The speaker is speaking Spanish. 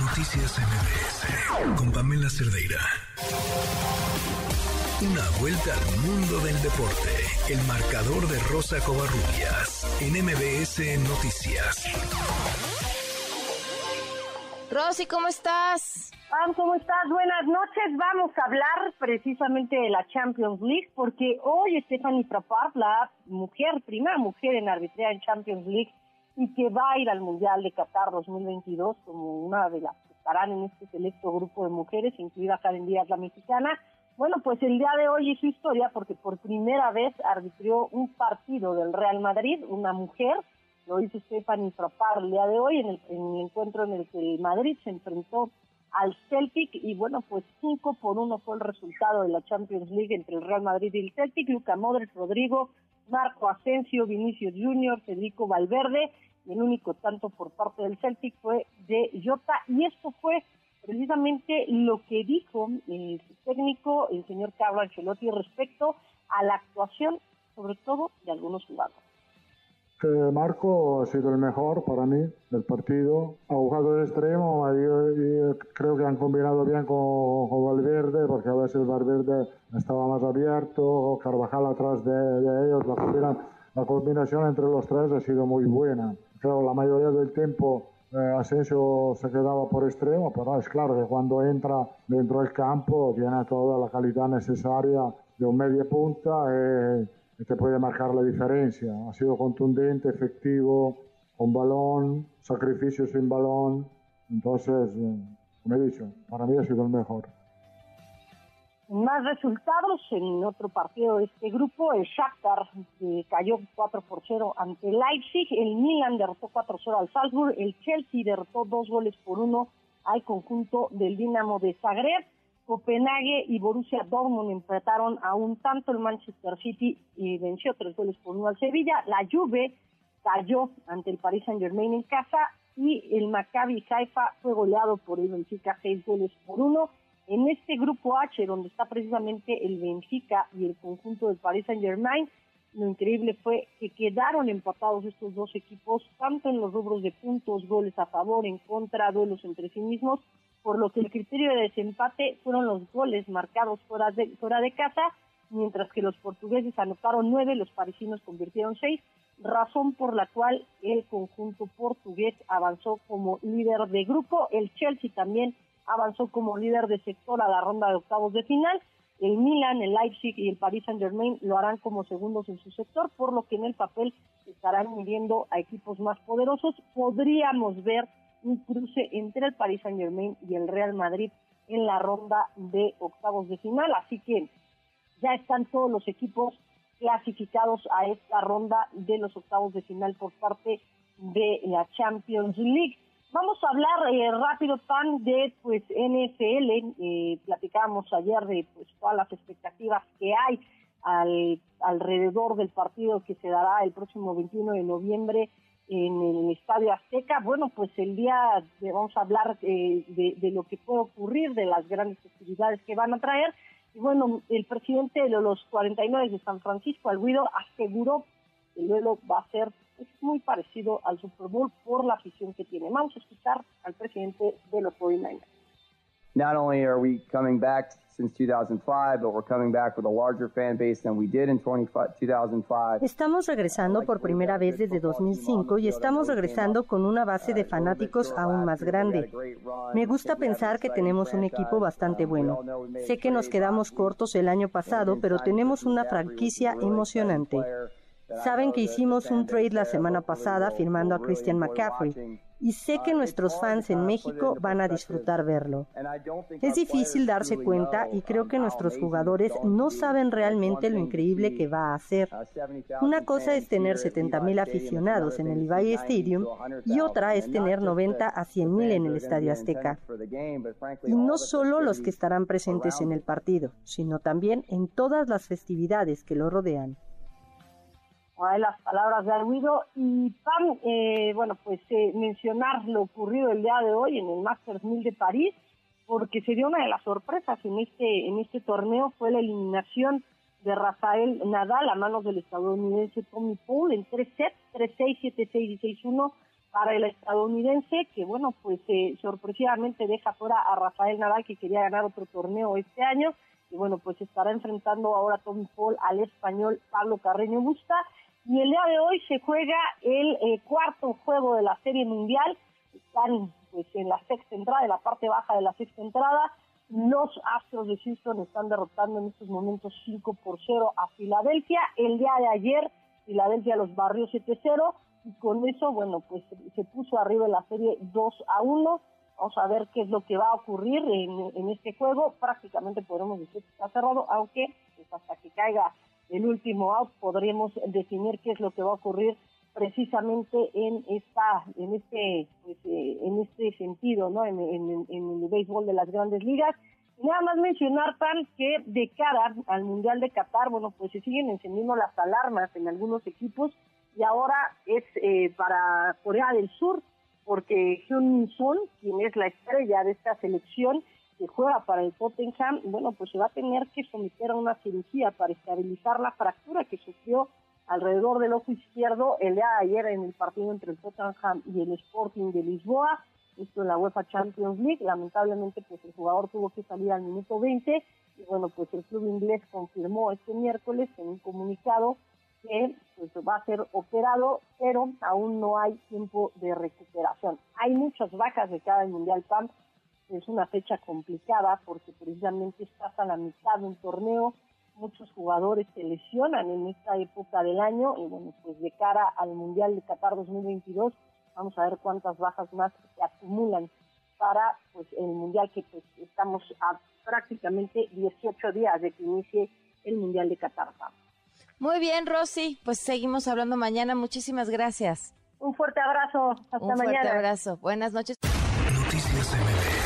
Noticias MBS con Pamela Cerdeira. Una vuelta al mundo del deporte. El marcador de Rosa Covarrubias en MBS Noticias. Rosy, ¿cómo estás? Pam, ¿cómo estás? Buenas noches. Vamos a hablar precisamente de la Champions League porque hoy Stephanie Frappart, la primera mujer en arbitrar en Champions League y que va a ir al Mundial de Qatar 2022 como una de las que estarán en este selecto grupo de mujeres, incluida Karen Díaz, la mexicana. Bueno, pues el día de hoy hizo historia porque por primera vez arbitró un partido del Real Madrid, una mujer. Lo hizo Stephanie Frappart el día de hoy en el encuentro en el que el Madrid se enfrentó al Celtic y bueno, pues 5-1 fue el resultado de la Champions League entre el Real Madrid y el Celtic. Luka Modric, Rodrigo, Marco Asensio, Vinicius Junior, Federico Valverde, y el único tanto por parte del Celtic fue de Jota, y esto fue precisamente lo que dijo su técnico, el señor Carlo Ancelotti, respecto a la actuación, sobre todo, de algunos jugadores. Marco ha sido el mejor para mí del partido, ha jugado de extremo y creo que han combinado bien con Valverde, porque a veces Valverde estaba más abierto, Carvajal atrás de ellos, la combinación entre los tres ha sido muy buena. Creo la mayoría del tiempo Asensio se quedaba por extremo, pero es claro que cuando entra dentro del campo tiene toda la calidad necesaria de un media punta y te puede marcar la diferencia. Ha sido contundente, efectivo, con balón, sacrificio sin balón. Entonces, como he dicho, para mí ha sido el mejor. Más resultados en otro partido de este grupo, el Shakhtar cayó 4-0 ante el Leipzig, el Milan derrotó 4-0 al Salzburg, el Chelsea derrotó 2-1 al conjunto del Dinamo de Zagreb, Copenhague y Borussia Dortmund empataron a un tanto, el Manchester City venció 3-1 al Sevilla, la Juve cayó ante el Paris Saint-Germain en casa y el Maccabi Haifa fue goleado por el Benfica 6-1. En este grupo H, donde está precisamente el Benfica y el conjunto del Paris Saint-Germain, lo increíble fue que quedaron empatados estos dos equipos, tanto en los rubros de puntos, goles a favor, en contra, duelos entre sí mismos, por lo que el criterio de desempate fueron los goles marcados fuera de casa, mientras que los portugueses anotaron 9, los parisinos convirtieron 6, razón por la cual el conjunto portugués avanzó como líder de grupo. El Chelsea también avanzó como líder de sector a la ronda de octavos de final. El Milan, el Leipzig y el Paris Saint-Germain lo harán como segundos en su sector, por lo que en el papel estarán midiendo a equipos más poderosos. Podríamos ver un cruce entre el Paris Saint-Germain y el Real Madrid en la ronda de octavos de final, así que ya están todos los equipos clasificados a esta ronda de los octavos de final por parte de la Champions League. Vamos a hablar rápido, Pan, de NFL. Platicábamos ayer de todas las expectativas que hay alrededor del partido que se dará el próximo 21 de noviembre en el Estadio Azteca. Bueno, pues vamos a hablar de lo que puede ocurrir, de las grandes festividades que van a traer. Y bueno, el presidente de los 49 de San Francisco, Al Guido, aseguró que el duelo va a ser muy parecido al Super Bowl por la afición que tiene. Vamos a escuchar al presidente de los 49ers. Not only are we coming back since 2005, but we're coming back with a larger fan base than we did in 2005. Estamos regresando por primera vez desde 2005 y estamos regresando con una base de fanáticos aún más grande. Me gusta pensar que tenemos un equipo bastante bueno. Sé que nos quedamos cortos el año pasado, pero tenemos una franquicia emocionante. Saben que hicimos un trade la semana pasada firmando a Christian McCaffrey y sé que nuestros fans en México van a disfrutar verlo. Es difícil darse cuenta y creo que nuestros jugadores no saben realmente lo increíble que va a ser. Una cosa es tener 70,000 aficionados en el Levi Stadium y otra es tener 90 a 100,000 en el Estadio Azteca. Y no solo los que estarán presentes en el partido, sino también en todas las festividades que lo rodean. Las palabras de Al Guido y Pam, mencionar lo ocurrido el día de hoy en el Masters 1000 de París, porque se dio una de las sorpresas en este torneo, fue la eliminación de Rafael Nadal a manos del estadounidense Tommy Paul en 3 sets, 3-6, 7-6 y 6-1, para el estadounidense, que bueno, pues sorpresivamente deja fuera a Rafael Nadal, que quería ganar otro torneo este año, y bueno, pues estará enfrentando ahora Tommy Paul al español Pablo Carreño Busta. Y el día de hoy se juega el cuarto juego de la Serie Mundial. Están pues en la sexta entrada, en la parte baja de la sexta entrada. Los Astros de Houston están derrotando en estos momentos 5-0 a Filadelfia. El día de ayer Filadelfia los barrió 7-0 y con eso, bueno, pues se puso arriba en la serie 2-1. Vamos a ver qué es lo que va a ocurrir en este juego. Prácticamente podremos decir que está cerrado, aunque pues hasta que caiga el último out podremos definir qué es lo que va a ocurrir precisamente en este sentido, ¿no? En el béisbol de las Grandes Ligas. Nada más mencionar, Tan, que de cara al Mundial de Qatar, bueno, pues se siguen encendiendo las alarmas en algunos equipos y ahora es para Corea del Sur, porque Heung-min Son, quien es la estrella de esta selección que juega para el Tottenham, bueno, pues se va a tener que someter a una cirugía para estabilizar la fractura que sufrió alrededor del ojo izquierdo el día de ayer en el partido entre el Tottenham y el Sporting de Lisboa, esto en la UEFA Champions League. Lamentablemente pues el jugador tuvo que salir al minuto 20 y bueno, pues el club inglés confirmó este miércoles en un comunicado que pues va a ser operado, pero aún no hay tiempo de recuperación. Hay muchas bajas de cada Mundial Camp. Es una fecha complicada porque precisamente estás a la mitad de un torneo, muchos jugadores se lesionan en esta época del año y bueno, pues de cara al Mundial de Qatar 2022 vamos a ver cuántas bajas más se acumulan para pues el Mundial, que pues estamos a prácticamente 18 días de que inicie el Mundial de Qatar. Muy bien, Rosy, pues seguimos hablando mañana. Muchísimas gracias. Un fuerte abrazo, hasta mañana. Un fuerte abrazo. Buenas noches. Noticias MBS.